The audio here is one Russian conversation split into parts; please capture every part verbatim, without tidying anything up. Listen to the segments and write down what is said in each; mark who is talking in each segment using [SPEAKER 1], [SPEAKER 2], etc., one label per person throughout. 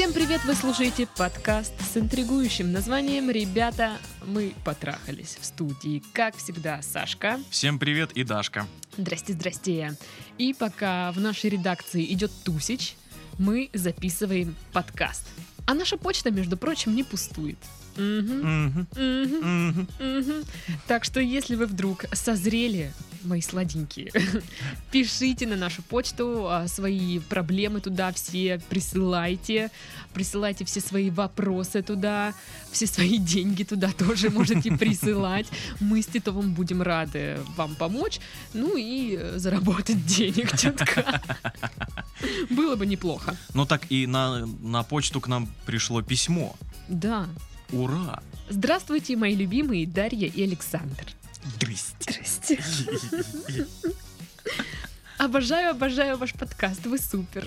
[SPEAKER 1] Всем привет! Вы слушаете подкаст с интригующим названием «Ребята, мы потрахались». В студии, как всегда, Сашка.
[SPEAKER 2] Всем привет и Дашка.
[SPEAKER 1] Здрасте, здрасте. И пока в нашей редакции идет тусич, мы записываем подкаст. А наша почта, между прочим, не пустует. Угу.
[SPEAKER 2] Мгм.
[SPEAKER 1] Угу.
[SPEAKER 2] Мгм.
[SPEAKER 1] Угу. Так что, если вы вдруг созрели, мои сладенькие, пишите на нашу почту а, свои проблемы туда все, присылайте, присылайте все свои вопросы туда, все свои деньги туда тоже можете присылать. Мы с Титовым будем рады вам помочь, ну и э, заработать денег чутка. Было бы неплохо.
[SPEAKER 2] Ну так и на, на почту к нам пришло письмо.
[SPEAKER 1] Да.
[SPEAKER 2] Ура!
[SPEAKER 1] Здравствуйте, мои любимые Дарья и Александр.
[SPEAKER 2] Здрасте.
[SPEAKER 1] Здрасте. Обожаю, обожаю ваш подкаст, вы супер.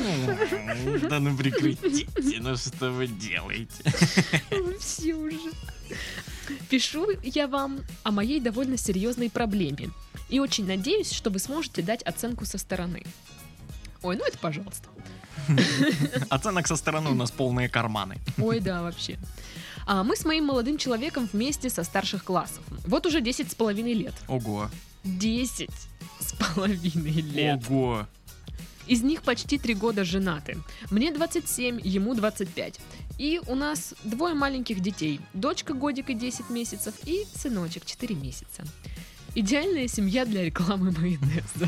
[SPEAKER 2] Да ну прекратите, ну что вы делаете?
[SPEAKER 1] Все уже. Пишу я вам о моей довольно серьезной проблеме. И очень надеюсь, что вы сможете дать оценку со стороны. Ой, ну это пожалуйста.
[SPEAKER 2] Оценок со стороны у нас полные карманы.
[SPEAKER 1] Ой, да, вообще. А мы с моим молодым человеком вместе со старших классов. Вот уже десять с половиной лет.
[SPEAKER 2] Ого.
[SPEAKER 1] десять с половиной лет.
[SPEAKER 2] Ого.
[SPEAKER 1] Из них почти три года женаты. Мне двадцать семь, ему двадцать пять. И у нас двое маленьких детей. Дочка годик и десять месяцев и сыночек четыре месяца. Идеальная семья для рекламы майонеза.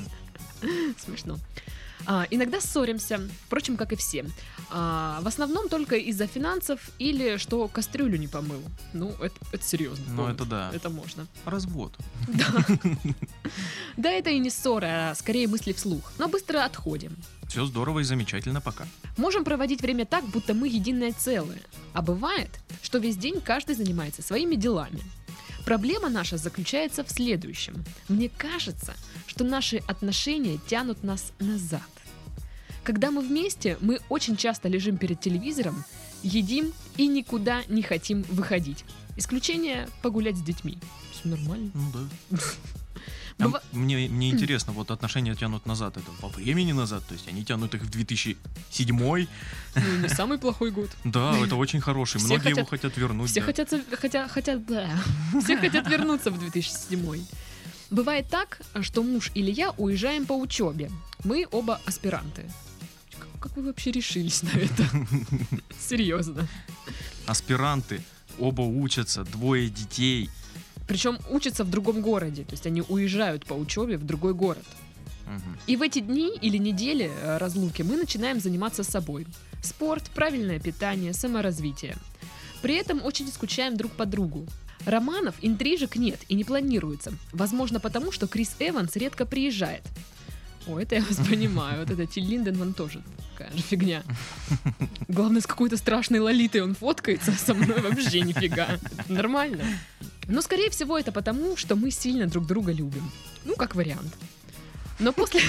[SPEAKER 1] Смешно. А, иногда ссоримся, впрочем, как и все. А, в основном только из-за финансов или что кастрюлю не помыл. Ну, это, это серьезно.
[SPEAKER 2] Ну это да.
[SPEAKER 1] Это можно.
[SPEAKER 2] Развод.
[SPEAKER 1] Да. Да, это и не ссора, а скорее мысли вслух. Но быстро отходим.
[SPEAKER 2] Все здорово и замечательно пока.
[SPEAKER 1] Можем проводить время так, будто мы единое целое. А бывает, что весь день каждый занимается своими делами. Проблема наша заключается в следующем. Мне кажется, что наши отношения тянут нас назад. Когда мы вместе, мы очень часто лежим перед телевизором, едим и никуда не хотим выходить. Исключение — погулять с детьми. Все нормально.
[SPEAKER 2] Ну да. А
[SPEAKER 1] Быва-
[SPEAKER 2] мне, мне интересно, вот отношения тянут назад, это во времени назад, то есть они тянут их в две тысячи седьмой.
[SPEAKER 1] Ну, не самый плохой год.
[SPEAKER 2] Да, это очень хороший,
[SPEAKER 1] Все
[SPEAKER 2] многие
[SPEAKER 1] хотят-
[SPEAKER 2] его хотят вернуть.
[SPEAKER 1] Все
[SPEAKER 2] да.
[SPEAKER 1] хотят, хотя, хотят, да. Все хотят вернуться в две тысячи седьмой. Бывает так, что муж или я уезжаем по учебе. Мы оба аспиранты. Как, как вы вообще решились на это? Серьезно.
[SPEAKER 2] Аспиранты, оба учатся, двое детей.
[SPEAKER 1] Причем учатся в другом городе. То есть они уезжают по учебе в другой город.
[SPEAKER 2] Мгм.
[SPEAKER 1] И в эти дни или недели э, разлуки мы начинаем заниматься собой. Спорт, правильное питание, саморазвитие. При этом очень скучаем друг по другу. Романов, интрижек нет и не планируется. Возможно, потому что Крис Эванс редко приезжает. О, это я вас понимаю. Вот это Тиль Линдеманн тоже такая же фигня. Главное, с какой-то страшной лолитой он фоткается, а со мной вообще нифига. Это нормально. Но, скорее всего, это потому, что мы сильно друг друга любим. Ну, как вариант. Но после...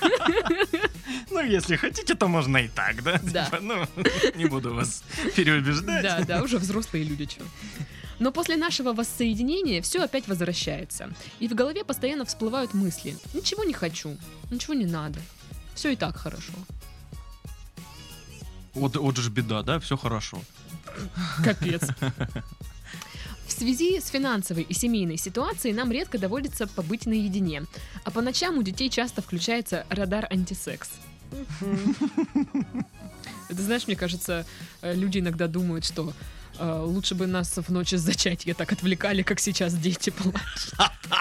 [SPEAKER 2] Ну, если хотите, то можно и так, да?
[SPEAKER 1] Да.
[SPEAKER 2] Типа, ну, не буду вас переубеждать.
[SPEAKER 1] Да, да, уже взрослые люди, чё. Но после нашего воссоединения все опять возвращается. И в голове постоянно всплывают мысли. Ничего не хочу, ничего не надо. Все и так хорошо.
[SPEAKER 2] Вот, вот же ж беда, да? Все хорошо.
[SPEAKER 1] Капец. В связи с финансовой и семейной ситуацией нам редко доводится побыть наедине. А по ночам у детей часто включается радар антисекс. Это, знаешь, мне кажется, э, люди иногда думают, что э, лучше бы нас в ночь зачатия так отвлекали, как сейчас дети плачут.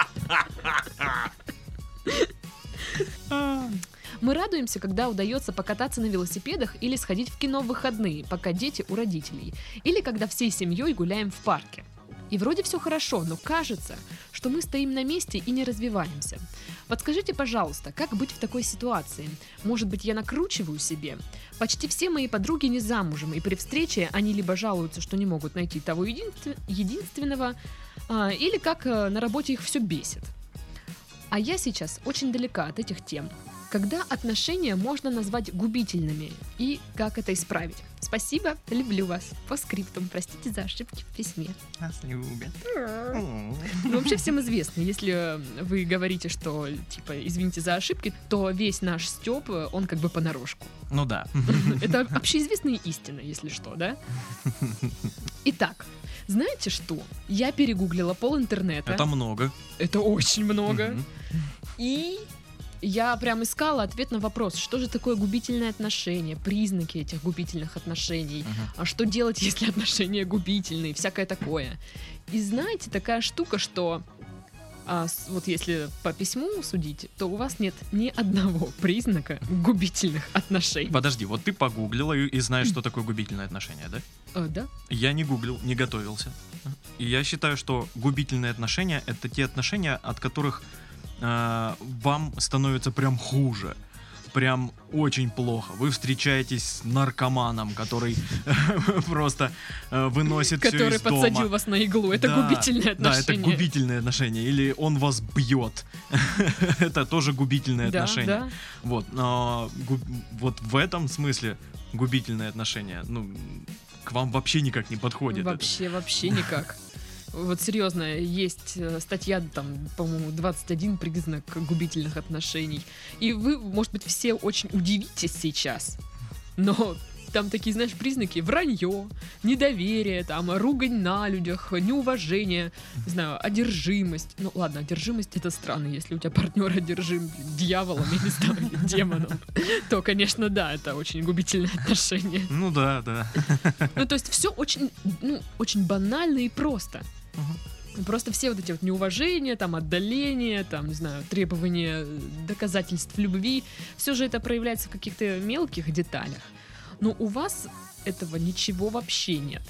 [SPEAKER 1] Мы радуемся, когда удается покататься на велосипедах или сходить в кино в выходные, пока дети у родителей. Или когда всей семьей гуляем в парке. И вроде все хорошо, но кажется, что мы стоим на месте и не развиваемся. Подскажите, пожалуйста, как быть в такой ситуации? Может быть, я накручиваю себе? Почти все мои подруги не замужем, и при встрече они либо жалуются, что не могут найти того единств- единственного, а, или как а, на работе их все бесит. А я сейчас очень далека от этих тем. Когда отношения можно назвать губительными и как это исправить? Спасибо, люблю вас. По скриптум, простите за ошибки в письме.
[SPEAKER 2] Нас любят.
[SPEAKER 1] Ну, вообще всем известно, если вы говорите, что, типа, извините за ошибки, то весь наш стёб, он как бы понарошку.
[SPEAKER 2] Ну да.
[SPEAKER 1] Это общеизвестные истины, если что, да? Итак, знаете что? Я перегуглила пол интернета.
[SPEAKER 2] Это много.
[SPEAKER 1] Это очень много.
[SPEAKER 2] Мгм.
[SPEAKER 1] И я прям искала ответ на вопрос, что же такое губительное отношение, признаки этих губительных отношений,
[SPEAKER 2] Мгм.
[SPEAKER 1] а что делать, если отношения губительные, всякое такое. И знаете, такая штука, что а, с- вот если по письму судить, то у вас нет ни одного признака губительных отношений.
[SPEAKER 2] Подожди, вот ты погуглила и, и знаешь, что такое губительное отношение, да?
[SPEAKER 1] А, да?
[SPEAKER 2] Я не гуглил, не готовился. И я считаю, что губительные отношения — это те отношения, от которых э, вам становится прям хуже. Прям очень плохо. Вы встречаетесь с наркоманом, который просто э, выносит все
[SPEAKER 1] Который
[SPEAKER 2] из
[SPEAKER 1] подсадил
[SPEAKER 2] дома.
[SPEAKER 1] вас на иглу. Это
[SPEAKER 2] Да,
[SPEAKER 1] губительное
[SPEAKER 2] Да,
[SPEAKER 1] отношение.
[SPEAKER 2] это губительное отношение. Или он вас бьет. Это тоже губительное
[SPEAKER 1] Да,
[SPEAKER 2] отношение.
[SPEAKER 1] да.
[SPEAKER 2] Вот, но гу- вот в этом смысле губительное отношение, ну, к вам вообще никак не подходит. это.
[SPEAKER 1] Вообще, вообще никак. Вот серьезно, есть э, статья, там, по-моему, двадцать один признак губительных отношений. И вы, может быть, все очень удивитесь сейчас, но там такие, знаешь, признаки: вранье, недоверие, там, ругань на людях, неуважение, не знаю, одержимость. Ну ладно, одержимость — это странно, если у тебя партнер одержим дьяволом, я не знаю, или демоном, то, конечно, да, это очень губительное отношение.
[SPEAKER 2] Ну да, да.
[SPEAKER 1] Ну, то есть все очень, ну, очень банально и просто.
[SPEAKER 2] Мгм.
[SPEAKER 1] Просто все вот эти вот неуважения, там, отдаление, там, не знаю, требования доказательств любви, все же это проявляется в каких-то мелких деталях. Но у вас этого ничего вообще нет.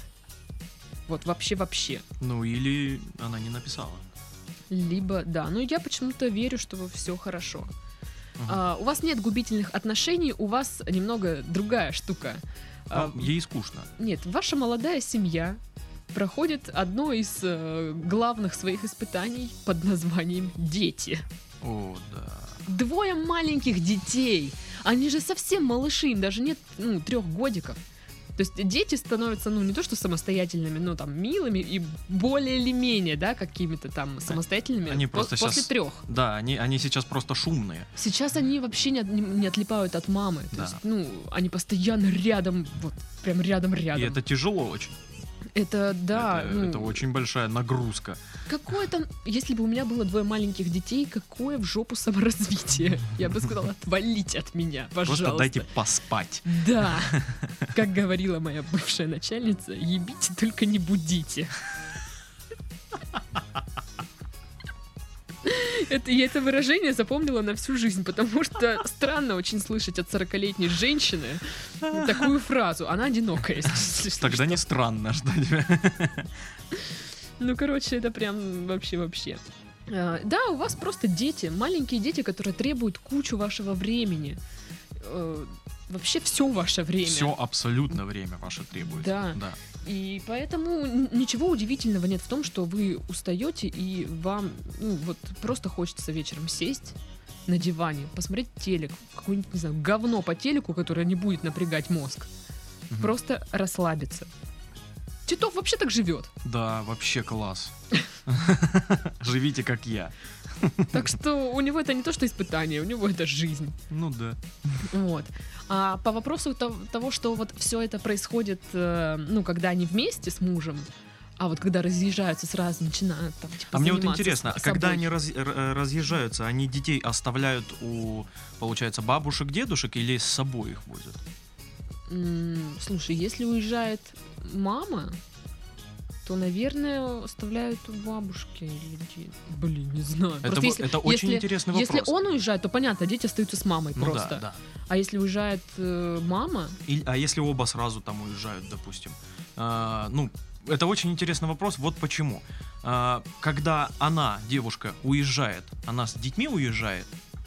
[SPEAKER 1] Вот вообще-вообще.
[SPEAKER 2] Ну или она не написала.
[SPEAKER 1] Либо, да, но я почему-то верю, что все хорошо.
[SPEAKER 2] Мгм.
[SPEAKER 1] А, у вас нет губительных отношений, у вас немного другая штука. А,
[SPEAKER 2] Ну, ей скучно.
[SPEAKER 1] Нет, ваша молодая семья проходит одно из э, главных своих испытаний под названием «Дети».
[SPEAKER 2] О, да.
[SPEAKER 1] Двое маленьких детей. Они же совсем малыши, им даже нет, ну, трех годиков. То есть дети становятся, ну, не то что самостоятельными, но там милыми и более или менее, да, какими-то там самостоятельными
[SPEAKER 2] Они
[SPEAKER 1] по-
[SPEAKER 2] просто
[SPEAKER 1] после
[SPEAKER 2] щас-
[SPEAKER 1] трех.
[SPEAKER 2] Да, они, они сейчас просто шумные.
[SPEAKER 1] Сейчас они вообще не, от- не- не отлипают от мамы. То
[SPEAKER 2] Да.
[SPEAKER 1] есть, ну, они постоянно рядом, вот, прям рядом-рядом.
[SPEAKER 2] И это тяжело очень.
[SPEAKER 1] Это, да,
[SPEAKER 2] это,
[SPEAKER 1] ну,
[SPEAKER 2] это очень большая нагрузка.
[SPEAKER 1] какое там, если бы у меня было двое маленьких детей, какое в жопу саморазвитие? Я бы сказала: отвалите от меня, пожалуйста.
[SPEAKER 2] Просто дайте поспать.
[SPEAKER 1] Да, как говорила моя бывшая начальница, ебите, только не будите. Это, я это выражение запомнила на всю жизнь, потому что странно очень слышать от сорокалетней женщины такую фразу. Она одинокая, если если
[SPEAKER 2] Тогда
[SPEAKER 1] что.
[SPEAKER 2] не странно, что тебя...
[SPEAKER 1] Ну, короче, это прям вообще-вообще. А, Да, у вас просто дети, маленькие дети, которые требуют кучу вашего времени. Э, Вообще все ваше время.
[SPEAKER 2] Все абсолютно время ваше требует.
[SPEAKER 1] Да.
[SPEAKER 2] Да.
[SPEAKER 1] И поэтому н- ничего удивительного нет в том, что вы устаете и вам, ну, вот просто хочется вечером сесть на диване, посмотреть телек, какое-нибудь, не знаю, говно по телеку, которое не будет напрягать мозг.
[SPEAKER 2] Мгм.
[SPEAKER 1] Просто расслабиться. Титов вообще так живет.
[SPEAKER 2] Да, вообще класс. Живите как я.
[SPEAKER 1] Так что у него это не то, что испытание, у него это жизнь.
[SPEAKER 2] Ну да.
[SPEAKER 1] Вот. А по вопросу то- того, что вот все это происходит, э, ну, когда они вместе с мужем, а вот когда разъезжаются, сразу начинают там, типа,
[SPEAKER 2] А мне вот
[SPEAKER 1] заниматься
[SPEAKER 2] интересно,
[SPEAKER 1] с-
[SPEAKER 2] когда
[SPEAKER 1] собой.
[SPEAKER 2] они раз- р- разъезжаются, они детей оставляют у, получается, бабушек, дедушек или с собой их возят?
[SPEAKER 1] М, Слушай, если уезжает мама, то, наверное, оставляют у бабушки или где. Блин, не знаю.
[SPEAKER 2] Это,
[SPEAKER 1] Просто
[SPEAKER 2] во-
[SPEAKER 1] если,
[SPEAKER 2] это очень
[SPEAKER 1] если-
[SPEAKER 2] интересный вопрос.
[SPEAKER 1] если он уезжает, то понятно, дети остаются с мамой
[SPEAKER 2] Ну
[SPEAKER 1] просто.
[SPEAKER 2] да, да.
[SPEAKER 1] А если уезжает э, мама,
[SPEAKER 2] И- а если оба сразу там уезжают, допустим? А, ну, это очень интересный вопрос. Вот почему. А, когда она, девушка, уезжает, она с детьми уезжает?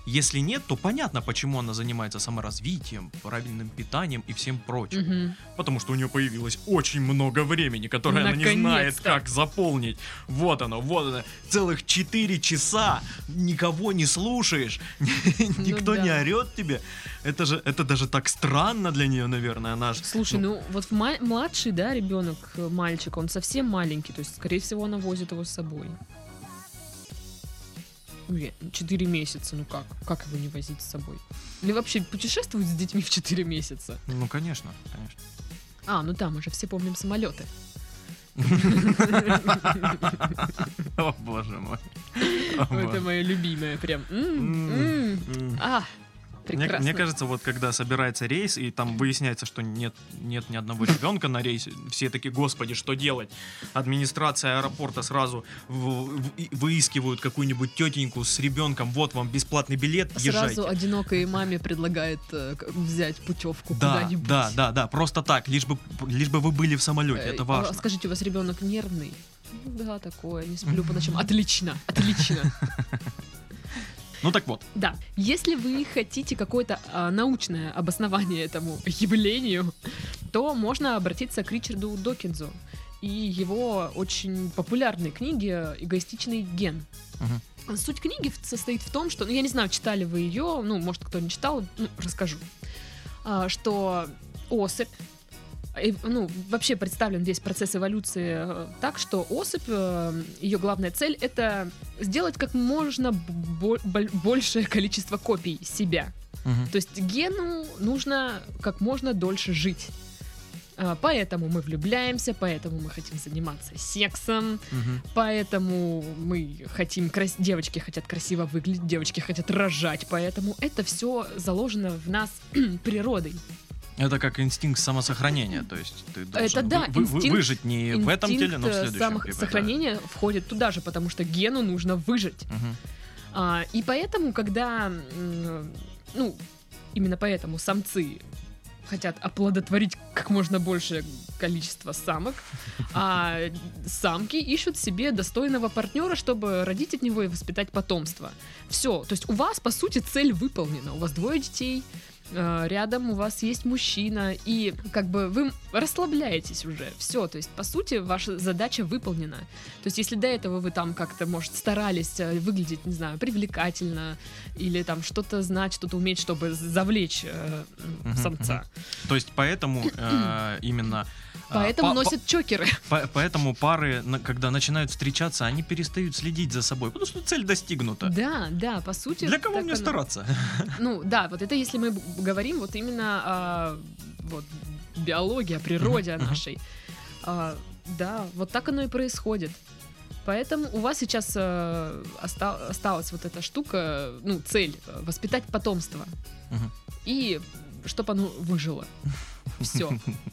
[SPEAKER 2] Если нет, то понятно, почему она занимается саморазвитием, правильным питанием и всем прочим.
[SPEAKER 1] Мгм.
[SPEAKER 2] Потому что у нее появилось очень много времени, которое она не знает,
[SPEAKER 1] Наконец-то.
[SPEAKER 2] как заполнить. Вот оно, вот оно. Целых четыре часа никого не слушаешь, никто
[SPEAKER 1] да.
[SPEAKER 2] не орет тебе. Это же, это даже так странно для нее, наверное. Она ж,
[SPEAKER 1] Слушай, ну, вот ма- младший, да, ребенок, э, мальчик, он совсем маленький, то есть, скорее всего, она возит его с собой. Ну, я- Четыре месяца, ну как? Как его не возить с собой? Или вообще путешествовать с детьми в четыре месяца?
[SPEAKER 2] ну, конечно, конечно.
[SPEAKER 1] А, ну там уже все помним самолеты.
[SPEAKER 2] О, боже мой. О,
[SPEAKER 1] Это
[SPEAKER 2] боже.
[SPEAKER 1] мое любимое прям. М,
[SPEAKER 2] М,
[SPEAKER 1] м.
[SPEAKER 2] м.
[SPEAKER 1] А,
[SPEAKER 2] Мне,
[SPEAKER 1] прекрасно.
[SPEAKER 2] мне кажется, вот когда собирается рейс, и там выясняется, что нет, нет ни одного ребенка на рейсе, все такие, господи, что делать? Администрация аэропорта сразу в- в- и выискивают какую-нибудь тетеньку с ребенком, вот вам бесплатный билет, езжайте.
[SPEAKER 1] Сразу одинокой маме предлагает э, к- взять путевку
[SPEAKER 2] Да,
[SPEAKER 1] куда-нибудь.
[SPEAKER 2] да, да, да, просто так, лишь бы, лишь бы вы были в самолете,
[SPEAKER 1] Э,
[SPEAKER 2] это
[SPEAKER 1] а
[SPEAKER 2] важно.
[SPEAKER 1] Скажите, у вас ребенок нервный? Ну да, такое, не сплю по ночам. Отлично, отлично.
[SPEAKER 2] Ну так вот,
[SPEAKER 1] Да, если вы хотите какое-то а, научное обоснование этому явлению, то можно обратиться к Ричарду Докинзу и его очень популярной книге «Эгоистичный ген».
[SPEAKER 2] Мгм.
[SPEAKER 1] Суть книги в- состоит в том, что, ну я не знаю, читали вы ее, ну может кто не читал, ну расскажу, А, что особь, э, ну вообще представлен весь процесс эволюции э, так, что особь, ее главная цель — это сделать как можно бо- боль- большее количество копий себя.
[SPEAKER 2] Мгм.
[SPEAKER 1] То есть гену нужно как можно дольше жить. А, Поэтому мы влюбляемся, поэтому мы хотим заниматься сексом,
[SPEAKER 2] Мгм.
[SPEAKER 1] поэтому мы хотим, крас- девочки хотят красиво выглядеть, девочки хотят рожать, поэтому это все заложено в нас природой.
[SPEAKER 2] Это как инстинкт самосохранения, то есть ты должен
[SPEAKER 1] да,
[SPEAKER 2] вы- вы-
[SPEAKER 1] инстинкт-
[SPEAKER 2] выжить не в этом теле, но в
[SPEAKER 1] Инстинкт, э,
[SPEAKER 2] следующем. типа, да.
[SPEAKER 1] самосохранения входит туда же, потому что гену нужно выжить.
[SPEAKER 2] Мгм.
[SPEAKER 1] А, и поэтому, когда, м, ну, именно поэтому самцы хотят оплодотворить как можно большее количество самок, а самки ищут себе достойного партнера, чтобы родить от него и воспитать потомство. Все, то есть у вас, по сути, цель выполнена. У вас двое детей, э, рядом у вас есть мужчина, и как бы вы расслабляетесь уже. Все, то есть, по сути, ваша задача выполнена. То есть, если до этого вы там как-то, может, старались э, выглядеть, не знаю, привлекательно, или там что-то знать, что-то уметь, чтобы завлечь э,
[SPEAKER 2] Мгм,
[SPEAKER 1] самца.
[SPEAKER 2] То есть поэтому э, именно... э,
[SPEAKER 1] Поэтому
[SPEAKER 2] па-
[SPEAKER 1] носят чокеры.
[SPEAKER 2] па- по- Поэтому пары, на- когда начинают встречаться, они перестают следить за собой, потому что цель достигнута.
[SPEAKER 1] Да, да, по сути.
[SPEAKER 2] Для кого
[SPEAKER 1] так
[SPEAKER 2] мне
[SPEAKER 1] оно.
[SPEAKER 2] стараться?
[SPEAKER 1] Ну, да, вот это если мы б- говорим вот именно о вот, биологии, о природе
[SPEAKER 2] Мгм, мгм.
[SPEAKER 1] нашей. А, да, вот так оно и происходит. Поэтому у вас сейчас э, оста- осталась вот эта штука, ну, цель э, воспитать потомство.
[SPEAKER 2] Мгм.
[SPEAKER 1] И чтобы оно выжило. Все.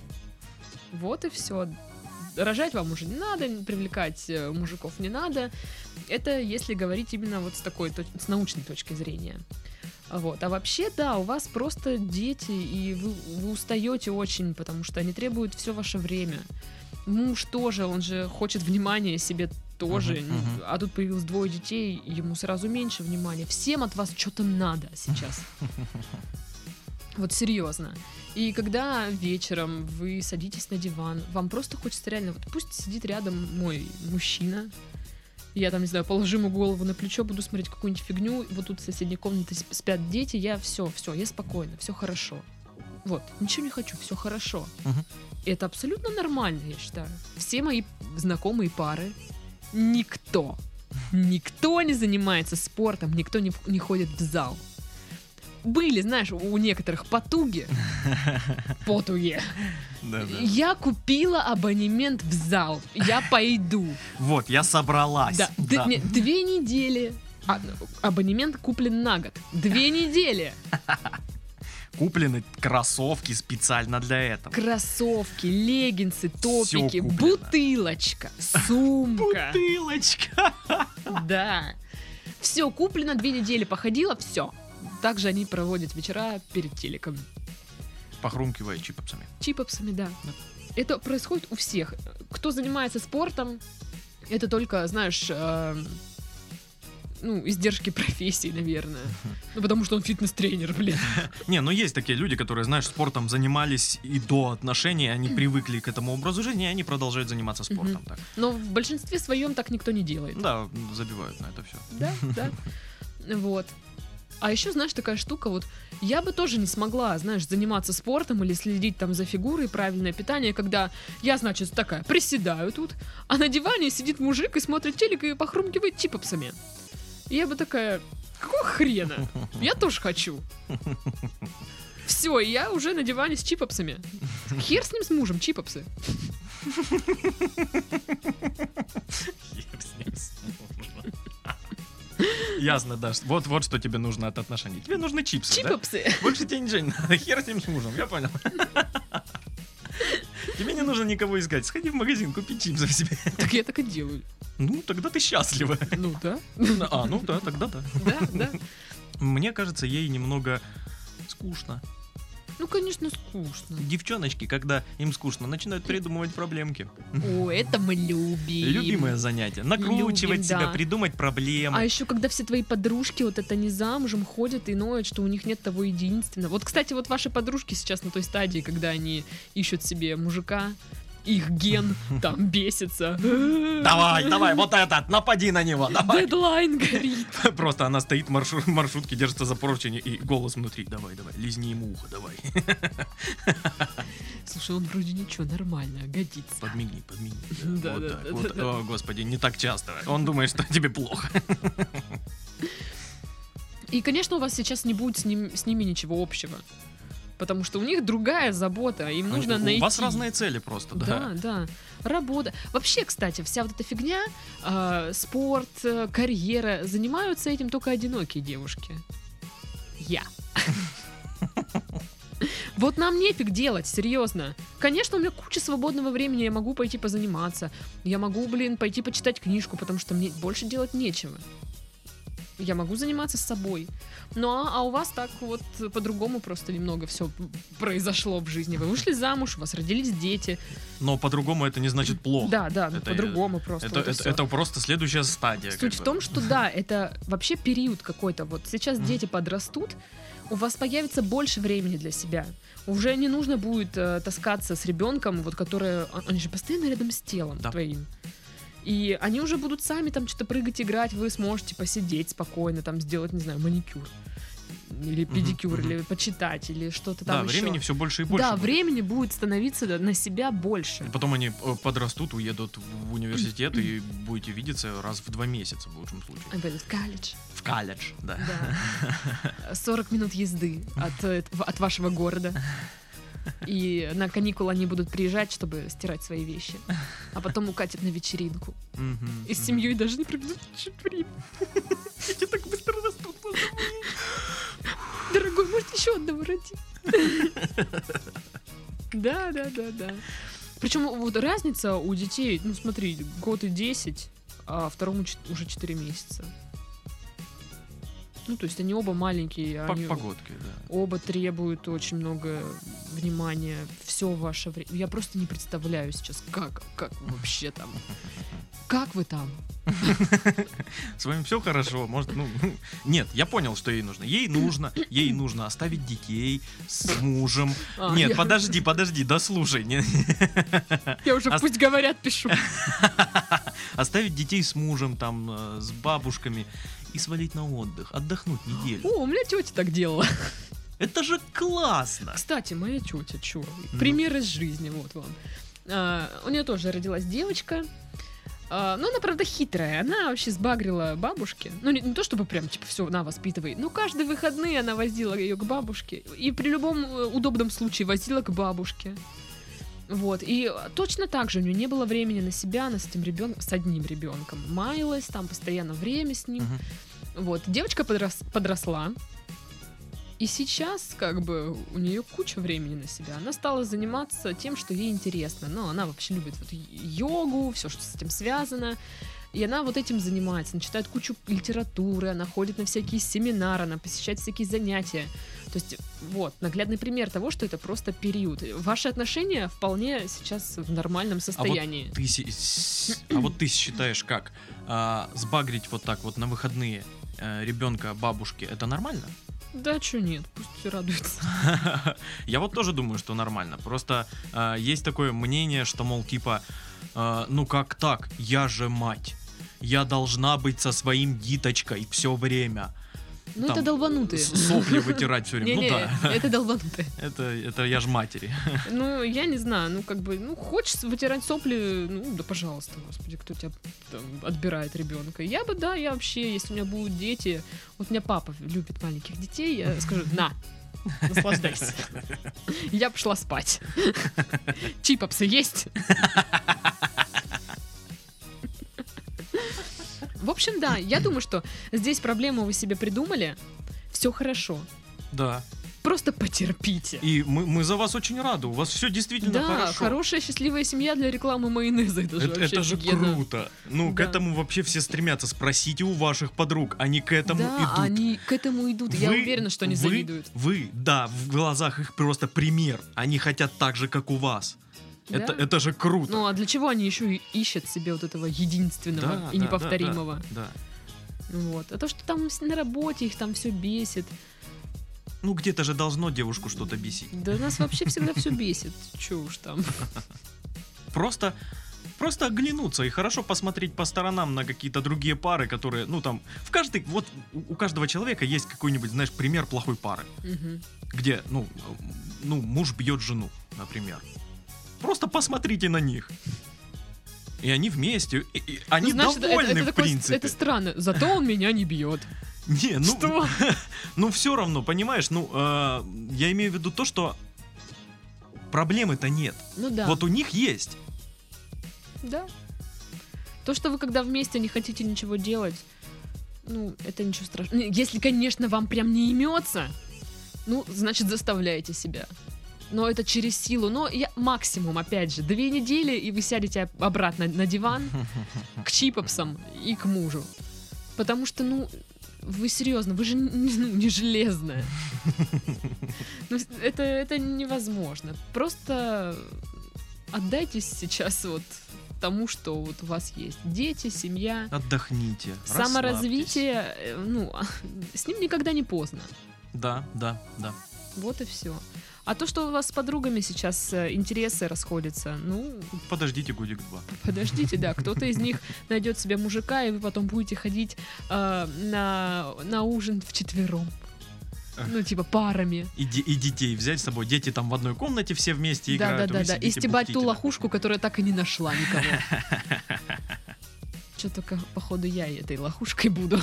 [SPEAKER 1] Вот и все. Рожать вам уже не надо, привлекать э, мужиков не надо. Это если говорить именно вот с такой, точ- с научной точки зрения. Вот. А вообще, да, у вас просто дети, и вы, вы устаете очень, потому что они требуют все ваше время. Муж тоже, он же хочет внимания себе тоже.
[SPEAKER 2] Мгм, мгм.
[SPEAKER 1] А тут появилось двое детей, ему сразу меньше внимания. Всем от вас что-то надо сейчас. Вот серьезно. И когда вечером вы садитесь на диван, вам просто хочется реально, вот пусть сидит рядом мой мужчина, я там, не знаю, положу ему голову на плечо, буду смотреть какую-нибудь фигню, вот тут в соседней комнате сп- спят дети, я все, все, я спокойна, все хорошо. Вот, ничего не хочу, все хорошо.
[SPEAKER 2] Мгм.
[SPEAKER 1] И это абсолютно нормально, я считаю. Все мои знакомые пары, никто, никто не занимается спортом, никто не, в- не ходит в зал. Были, знаешь, у некоторых потуги, потуги.
[SPEAKER 2] Да-да.
[SPEAKER 1] Я купила абонемент в зал, я пойду.
[SPEAKER 2] Вот, я собралась.
[SPEAKER 1] Да, д-
[SPEAKER 2] Да.
[SPEAKER 1] не, две недели. А, абонемент куплен на год. Две недели.
[SPEAKER 2] Куплены кроссовки специально для этого.
[SPEAKER 1] Кроссовки, леггинсы, топики,
[SPEAKER 2] куплено.
[SPEAKER 1] бутылочка, сумка.
[SPEAKER 2] Бутылочка.
[SPEAKER 1] Да. Все куплено, две недели походила, все. Также они проводят вечера перед телеком.
[SPEAKER 2] Похрумкивая чипопсами.
[SPEAKER 1] Чипопсами, да.
[SPEAKER 2] Да.
[SPEAKER 1] Это происходит у всех. Кто занимается спортом, это только, знаешь, э, ну, издержки профессии, наверное. Ну, потому что он фитнес-тренер, блин.
[SPEAKER 2] Не, ну есть такие люди, которые, знаешь, спортом занимались и до отношений, они привыкли к этому образу жизни, и они продолжают заниматься спортом. Так.
[SPEAKER 1] Но в большинстве своем так никто не делает.
[SPEAKER 2] Да, забивают на это все.
[SPEAKER 1] Да, да. Вот. А еще, знаешь, такая штука, вот я бы тоже не смогла, знаешь, заниматься спортом или следить там за фигурой, правильное питание, когда я, значит, такая приседаю тут, а на диване сидит мужик и смотрит телек и похрумкивает чипопсами. И я бы такая, какого хрена? Я тоже хочу. Все, я уже на диване с чипопсами. Хер с ним, с мужем, чипопсы.
[SPEAKER 2] Хер с ним, с мужем. Ясно, Даш. Вот, вот что тебе нужно от отношений. Тебе нужны чипсы,
[SPEAKER 1] Чипопсы.
[SPEAKER 2] Да? Больше тебе ничего не надо. Хер с ним, с мужем, я понял. Тебе не нужно никого искать. Сходи в магазин, купи чипсы себе.
[SPEAKER 1] Так я так и делаю.
[SPEAKER 2] Ну, тогда ты счастлива.
[SPEAKER 1] Ну да.
[SPEAKER 2] А, ну да, тогда да.
[SPEAKER 1] Да, да.
[SPEAKER 2] Мне кажется, ей немного скучно.
[SPEAKER 1] Ну, конечно, скучно.
[SPEAKER 2] Девчоночки, когда им скучно, начинают придумывать проблемки.
[SPEAKER 1] О, это мы любим.
[SPEAKER 2] Любимое занятие. Накручивать
[SPEAKER 1] Любим,
[SPEAKER 2] себя,
[SPEAKER 1] да.
[SPEAKER 2] придумать проблемы.
[SPEAKER 1] А еще, когда все твои подружки вот это не замужем ходят и ноют, что у них нет того единственного. Вот, кстати, вот ваши подружки сейчас на той стадии, когда они ищут себе мужика, их ген там бесится.
[SPEAKER 2] Давай, давай, вот этот, напади на него, давай.
[SPEAKER 1] Дедлайн горит.
[SPEAKER 2] Просто она стоит в маршрут, маршрутке, держится за поручень и голос внутри. Давай, давай, лизни ему ухо, давай.
[SPEAKER 1] Слушай, он вроде ничего, нормально, годится.
[SPEAKER 2] Подмигни, подмигни.
[SPEAKER 1] Да,
[SPEAKER 2] вот
[SPEAKER 1] да,
[SPEAKER 2] так
[SPEAKER 1] да,
[SPEAKER 2] вот.
[SPEAKER 1] да, да.
[SPEAKER 2] О, господи, не так часто. Он думает, что тебе плохо.
[SPEAKER 1] И, конечно, у вас сейчас не будет с, ним, с ними ничего общего. Потому что у них другая забота, им нужно
[SPEAKER 2] У
[SPEAKER 1] найти.
[SPEAKER 2] У вас разные цели просто, да?
[SPEAKER 1] Да, да. Работа. Вообще, кстати, вся вот эта фигня, э, спорт, э, карьера, занимаются этим только одинокие девушки. Я. Вот нам нефиг делать, серьезно. Конечно, у меня куча свободного времени, я могу пойти позаниматься. Я могу, блин, пойти почитать книжку, потому что мне больше делать нечего. Я могу заниматься с собой. Ну а, а у вас так вот по-другому просто немного все произошло в жизни. Вы вышли замуж, у вас родились дети.
[SPEAKER 2] Но по-другому это не значит плохо.
[SPEAKER 1] Да, да,
[SPEAKER 2] Это-
[SPEAKER 1] по-другому просто.
[SPEAKER 2] Это,
[SPEAKER 1] вот и
[SPEAKER 2] это,
[SPEAKER 1] всё.
[SPEAKER 2] это просто следующая стадия.
[SPEAKER 1] Суть
[SPEAKER 2] как
[SPEAKER 1] в
[SPEAKER 2] бы.
[SPEAKER 1] том, что да, это вообще период какой-то. Вот сейчас
[SPEAKER 2] Мгм.
[SPEAKER 1] дети подрастут, у вас появится больше времени для себя. Уже не нужно будет э, таскаться с ребенком, вот который, он- они же постоянно рядом с телом
[SPEAKER 2] Да.
[SPEAKER 1] твоим. И они уже будут сами там что-то прыгать, играть, вы сможете посидеть спокойно, там сделать, не знаю, маникюр. Или педикюр,
[SPEAKER 2] мгм.
[SPEAKER 1] или почитать, или что-то
[SPEAKER 2] Да,
[SPEAKER 1] там еще.
[SPEAKER 2] времени все больше и больше.
[SPEAKER 1] Да,
[SPEAKER 2] будет.
[SPEAKER 1] времени будет становиться на себя больше.
[SPEAKER 2] И потом они э, подрастут, уедут в университет и будете видеться раз в два месяца в лучшем случае.
[SPEAKER 1] Опять в колледж.
[SPEAKER 2] В колледж, да.
[SPEAKER 1] Да. сорок минут езды от, э, от вашего города. И на каникулы они будут приезжать, чтобы стирать свои вещи. А потом укатят на вечеринку.
[SPEAKER 2] Мгм,
[SPEAKER 1] И с
[SPEAKER 2] мгм.
[SPEAKER 1] семьей даже не проведут чуть время.
[SPEAKER 2] Дети так быстро растут. боже мой.
[SPEAKER 1] Дорогой, может, еще одного родить? Да, да, да, да. Причем вот разница у детей, ну смотри, год и десять, а второму чет- уже четыре месяца. Ну, то есть они оба маленькие,
[SPEAKER 2] По-
[SPEAKER 1] они
[SPEAKER 2] Погодки, да.
[SPEAKER 1] оба требуют очень много внимания, все ваше время. Я просто не представляю сейчас, как, как вообще там. Как вы там?
[SPEAKER 2] С вами все хорошо, может, ну, нет, я понял, что ей нужно. Ей нужно, ей нужно оставить детей с мужем.
[SPEAKER 1] А,
[SPEAKER 2] Нет,
[SPEAKER 1] я-
[SPEAKER 2] подожди, подожди, да слушай. не-
[SPEAKER 1] Я уже
[SPEAKER 2] Ос-
[SPEAKER 1] пусть говорят, пишу.
[SPEAKER 2] Оставить детей с мужем, там, э, с бабушками и свалить на отдых, отдохнуть неделю.
[SPEAKER 1] О, у меня тетя так делала.
[SPEAKER 2] Это же классно!
[SPEAKER 1] Кстати, моя тетя, чё?
[SPEAKER 2] Ну.
[SPEAKER 1] Пример из жизни, вот вам. А, у нее тоже родилась девочка. А, ну, она, правда, хитрая. Она вообще сбагрила бабушке. Ну, не, не то чтобы прям, типа, все, на, воспитывай. Но каждые выходные она возила ее к бабушке. И при любом э, удобном случае возила к бабушке. Вот. И точно так же у нее не было времени на себя, она с этим ребенком, с одним ребенком маялась, там постоянно время с ним.
[SPEAKER 2] Мгм.
[SPEAKER 1] Вот. Девочка подрос- подросла. И сейчас, как бы, у нее куча времени на себя. Она стала заниматься тем, что ей интересно. Но она вообще любит вот йогу, все, что с этим связано. И она вот этим занимается. Она читает кучу литературы, она ходит на всякие семинары, она посещает всякие занятия. То есть, вот, наглядный пример того, что это просто период. Ваши отношения вполне сейчас в нормальном состоянии.
[SPEAKER 2] А вот ты, си- с- а вот ты считаешь, как а, сбагрить вот так вот на выходные а, ребенка бабушке, это нормально?
[SPEAKER 1] Да, чё нет, пусть радуется.
[SPEAKER 2] Я вот тоже думаю, что нормально. Просто э, есть такое мнение, что, мол, типа, э, ну как так? Я же мать. Я должна быть со своим диточкой все время.
[SPEAKER 1] Ну
[SPEAKER 2] Там
[SPEAKER 1] это долбанутые.
[SPEAKER 2] с- Сопли вытирать все время. Ну
[SPEAKER 1] Не-не,
[SPEAKER 2] да.
[SPEAKER 1] это долбанутые.
[SPEAKER 2] Это, это я ж матери.
[SPEAKER 1] Ну, я не знаю, ну, как бы, ну, хочешь вытирать сопли, ну, да, пожалуйста, господи, кто тебя там отбирает ребенка. Я бы, да, я вообще, если у меня будут дети, вот у меня папа любит маленьких детей, я скажу, на, наслаждайся. Я пошла спать. Чипопсы есть? В общем, да, я думаю, что здесь проблему вы себе придумали, все хорошо.
[SPEAKER 2] Да.
[SPEAKER 1] Просто потерпите.
[SPEAKER 2] И мы, мы за вас очень рады. У вас все действительно
[SPEAKER 1] Да,
[SPEAKER 2] хорошо.
[SPEAKER 1] хорошая, счастливая семья для рекламы майонеза. Это же,
[SPEAKER 2] Это,
[SPEAKER 1] вообще
[SPEAKER 2] это же
[SPEAKER 1] офигенно.
[SPEAKER 2] круто. Ну, к
[SPEAKER 1] Да.
[SPEAKER 2] этому вообще все стремятся. Спросите у ваших подруг. Они к этому
[SPEAKER 1] Да,
[SPEAKER 2] идут.
[SPEAKER 1] они к этому идут. Я
[SPEAKER 2] Вы-
[SPEAKER 1] уверена, что они
[SPEAKER 2] вы-
[SPEAKER 1] завидуют.
[SPEAKER 2] Вы, да, в глазах их просто пример. Они хотят так же, как у вас.
[SPEAKER 1] Да?
[SPEAKER 2] Это, это же круто.
[SPEAKER 1] Ну, а для чего они еще и ищут себе вот этого единственного
[SPEAKER 2] Да,
[SPEAKER 1] и
[SPEAKER 2] да,
[SPEAKER 1] неповторимого?
[SPEAKER 2] Да, да.
[SPEAKER 1] Вот. А то, что там с- на работе их там все бесит.
[SPEAKER 2] Ну, где-то же должно девушку что-то бесить.
[SPEAKER 1] Да нас вообще всегда все бесит. Че уж там.
[SPEAKER 2] Просто, просто оглянуться и хорошо посмотреть по сторонам на какие-то другие пары, которые, ну, там, в каждой, вот у у каждого человека есть какой-нибудь, знаешь, пример плохой пары.
[SPEAKER 1] Мгм.
[SPEAKER 2] Где, ну, ну, муж бьет жену, например. Просто посмотрите на них. И они вместе, и- и они
[SPEAKER 1] Ну, знаешь, это-
[SPEAKER 2] довольны,
[SPEAKER 1] это, это
[SPEAKER 2] в
[SPEAKER 1] такое-
[SPEAKER 2] принципе.
[SPEAKER 1] это странно. Зато он меня не бьет.
[SPEAKER 2] Не, ну,
[SPEAKER 1] Что?
[SPEAKER 2] ну все равно, понимаешь, ну, э, я имею в виду то, что проблемы-то нет.
[SPEAKER 1] Ну да.
[SPEAKER 2] Вот у них есть.
[SPEAKER 1] Да. То, что вы когда вместе не хотите ничего делать, ну, это ничего страшного. Ну, если, конечно, вам прям не имется, ну, значит, заставляете себя. Но это через силу. Но я максимум, опять же, две недели, и вы сядете обратно на диван к чипопсам и к мужу. Потому что, ну, вы серьезно, вы же не, ну, не железная. Ну, это, это невозможно. Просто отдайтесь сейчас вот тому, что вот у вас есть. Дети, семья,
[SPEAKER 2] Отдохните.
[SPEAKER 1] саморазвитие. э, Ну, с ним никогда не поздно.
[SPEAKER 2] расслабьтесь. Да, да, да.
[SPEAKER 1] Вот и все. А то, что у вас с подругами сейчас э, интересы расходятся, ну,
[SPEAKER 2] Подождите годик-два.
[SPEAKER 1] подождите, да, кто-то из них найдет себе мужика, и вы потом будете ходить э, на, на ужин вчетвером. Ну, типа парами.
[SPEAKER 2] И, де- и детей взять с собой. Дети там в одной комнате все вместе
[SPEAKER 1] Да, да,
[SPEAKER 2] играют. а
[SPEAKER 1] да,
[SPEAKER 2] вы
[SPEAKER 1] да. И
[SPEAKER 2] сидите,
[SPEAKER 1] стебать ту
[SPEAKER 2] бухтите.
[SPEAKER 1] лохушку, которая так и не нашла никого. Что только, походу, я и этой лохушкой буду.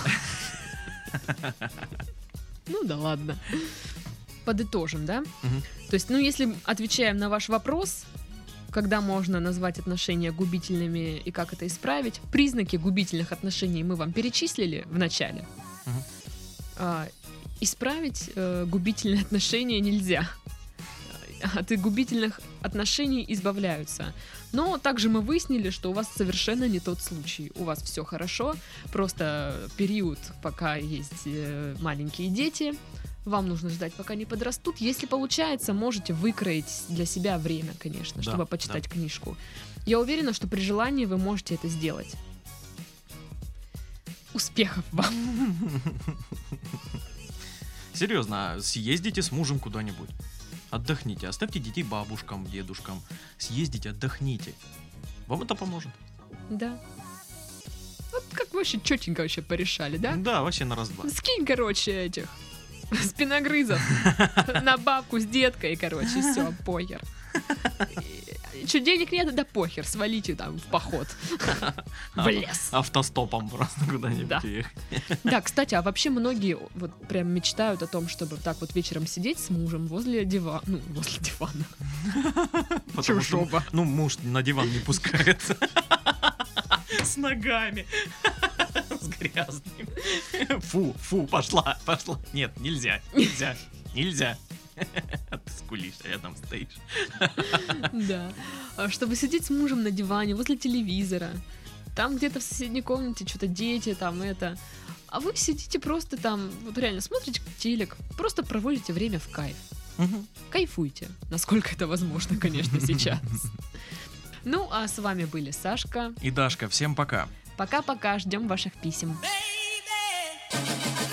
[SPEAKER 1] Ну да ладно. Подытожим, да?
[SPEAKER 2] Мгм.
[SPEAKER 1] То есть, ну, если отвечаем на ваш вопрос, когда можно назвать отношения губительными и как это исправить, признаки губительных отношений мы вам перечислили в начале.
[SPEAKER 2] Мгм.
[SPEAKER 1] А, исправить э, губительные отношения нельзя. От губительных отношений избавляются. Но также мы выяснили, что у вас совершенно не тот случай. У вас все хорошо, просто период, пока есть э, маленькие дети, вам нужно ждать, пока они подрастут. Если получается, можете выкроить для себя время, конечно,
[SPEAKER 2] Да,
[SPEAKER 1] чтобы почитать книжку. Я уверена, что при желании вы можете это сделать. Успехов вам!
[SPEAKER 2] Серьезно, а съездите с мужем куда-нибудь. Отдохните. Оставьте детей бабушкам, дедушкам. Съездите, отдохните. Вам это поможет.
[SPEAKER 1] Да. Вот как вы вообще четенько вообще порешали, да?
[SPEAKER 2] Да, вообще на раз-два.
[SPEAKER 1] Скинь, короче, этих спиногрызов на бабку с деткой, короче, все, похер. Че, денег нет, да похер, свалите там в поход, в лес.
[SPEAKER 2] Автостопом просто куда-нибудь
[SPEAKER 1] Да.
[SPEAKER 2] ехать.
[SPEAKER 1] Да, кстати, а вообще многие вот прям мечтают о том, чтобы так вот вечером сидеть с мужем возле дивана, ну, возле дивана.
[SPEAKER 2] Потому что,
[SPEAKER 1] Чужого.
[SPEAKER 2] ну, муж на диван не пускает. С ногами. С грязными. Фу, фу, пошла, пошла. Нет, нельзя, нельзя. Нельзя. А ты скулишь, а рядом стоишь.
[SPEAKER 1] Да. А чтобы сидеть с мужем на диване возле телевизора. Там где-то в соседней комнате что-то дети, там это. А вы сидите просто там, вот реально смотрите телек, просто проводите время в кайф.
[SPEAKER 2] Мгм.
[SPEAKER 1] Кайфуйте, насколько это возможно, конечно, сейчас. Ну, а с вами были Сашка.
[SPEAKER 2] И Дашка, всем пока.
[SPEAKER 1] Пока-пока, ждем ваших писем.
[SPEAKER 3] Baby,